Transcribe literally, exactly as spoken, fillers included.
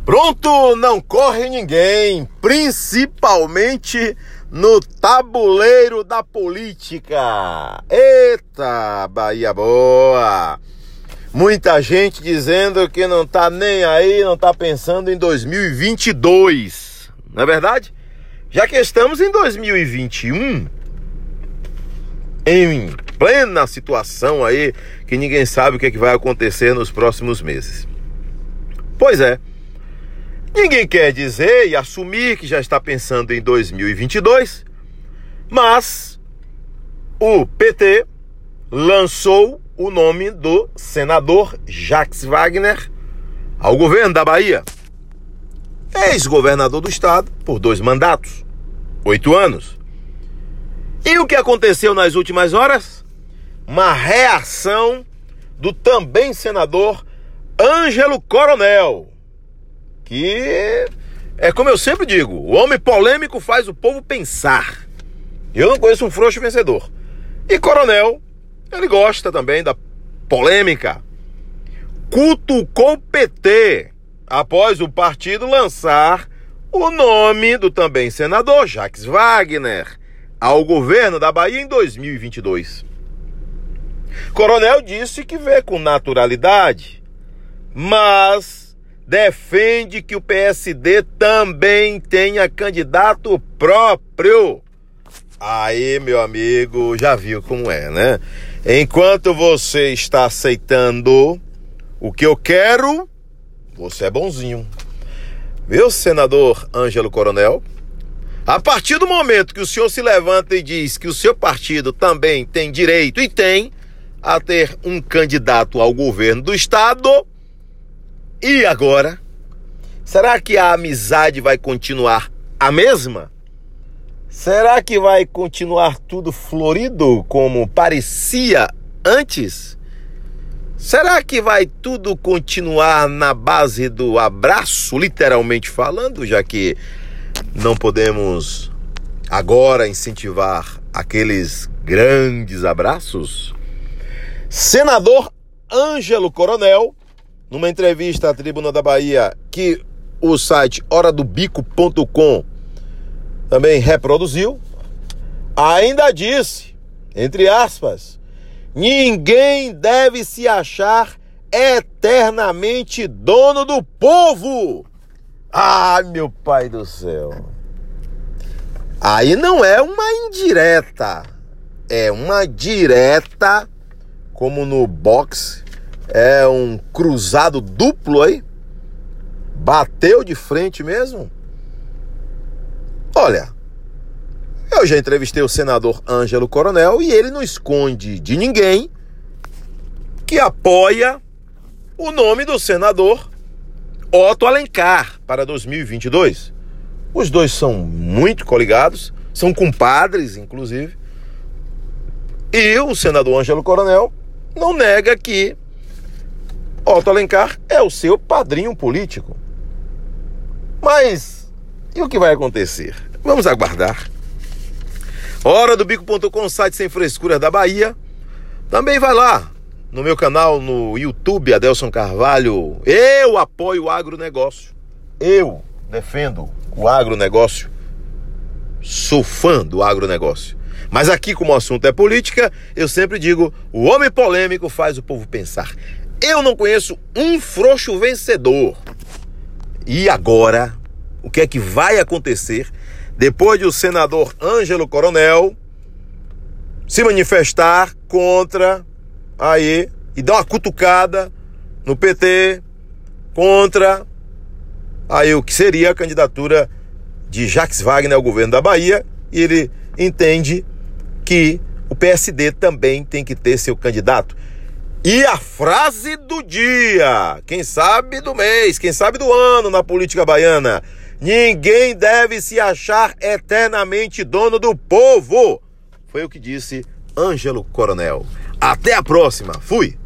Pronto, não corre ninguém, principalmente no tabuleiro da política. Eita, Bahia boa! Muita gente dizendo que não tá nem aí, não tá pensando em dois mil e vinte e dois, não é verdade? Já que estamos em dois mil e vinte e um, em plena situação aí, que ninguém sabe o que é que vai acontecer nos próximos meses. Pois é, ninguém quer dizer e assumir que já está pensando em dois mil e vinte e dois, mas o P T lançou o nome do senador Jacques Wagner ao governo da Bahia. Ex-governador do estado por dois mandatos, oito anos. E o que aconteceu nas últimas horas? Uma reação do também senador Ângelo Coronel, que é como eu sempre digo, o homem polêmico faz o povo pensar. Eu não conheço um frouxo vencedor. E Coronel, ele gosta também da polêmica. Cutucou o P T após o partido lançar o nome do também senador Jacques Wagner ao governo da Bahia em dois mil e vinte e dois. Coronel disse que vê com naturalidade, mas defende que o P S D também tenha candidato próprio. Aí, meu amigo, já viu como é, né? Enquanto você está aceitando o que eu quero, você é bonzinho. Viu, senador Ângelo Coronel? A partir do momento que o senhor se levanta e diz que o seu partido também tem direito, e tem, a ter um candidato ao governo do estado, e agora? Será que a amizade vai continuar a mesma? Será que vai continuar tudo florido como parecia antes? Será que vai tudo continuar na base do abraço, literalmente falando, já que não podemos agora incentivar aqueles grandes abraços? Senador Ângelo Coronel, numa entrevista à Tribuna da Bahia, que o site hora do bico ponto com também reproduziu, ainda disse, entre aspas, ninguém deve se achar eternamente dono do povo. Ah, meu pai do céu. Aí não é uma indireta, é uma direta, como no boxe, é um cruzado duplo aí. Bateu de frente mesmo. Olha, eu já entrevistei o senador Ângelo Coronel e ele não esconde de ninguém que apoia o nome do senador Otto Alencar para dois mil e vinte e dois. Os dois são muito coligados, são compadres, inclusive. E o senador Ângelo Coronel não nega que Otto Alencar é o seu padrinho político. Mas e o que vai acontecer? Vamos aguardar. hora do bico ponto com, site sem frescuras da Bahia. Também vai lá no meu canal no YouTube, Adelson Carvalho. Eu apoio o agronegócio. Eu defendo o agronegócio. Sou fã do agronegócio. Mas aqui, como o assunto é política, eu sempre digo, o homem polêmico faz o povo pensar. Eu não conheço um frouxo vencedor. E agora, o que é que vai acontecer depois de o senador Ângelo Coronel se manifestar contra aí e dar uma cutucada no P T contra aí o que seria a candidatura de Jacques Wagner ao governo da Bahia, e ele entende que o P S D também tem que ter seu candidato. E a frase do dia, quem sabe do mês, quem sabe do ano na política baiana: ninguém deve se achar eternamente dono do povo. Foi o que disse Ângelo Coronel. Até a próxima. Fui!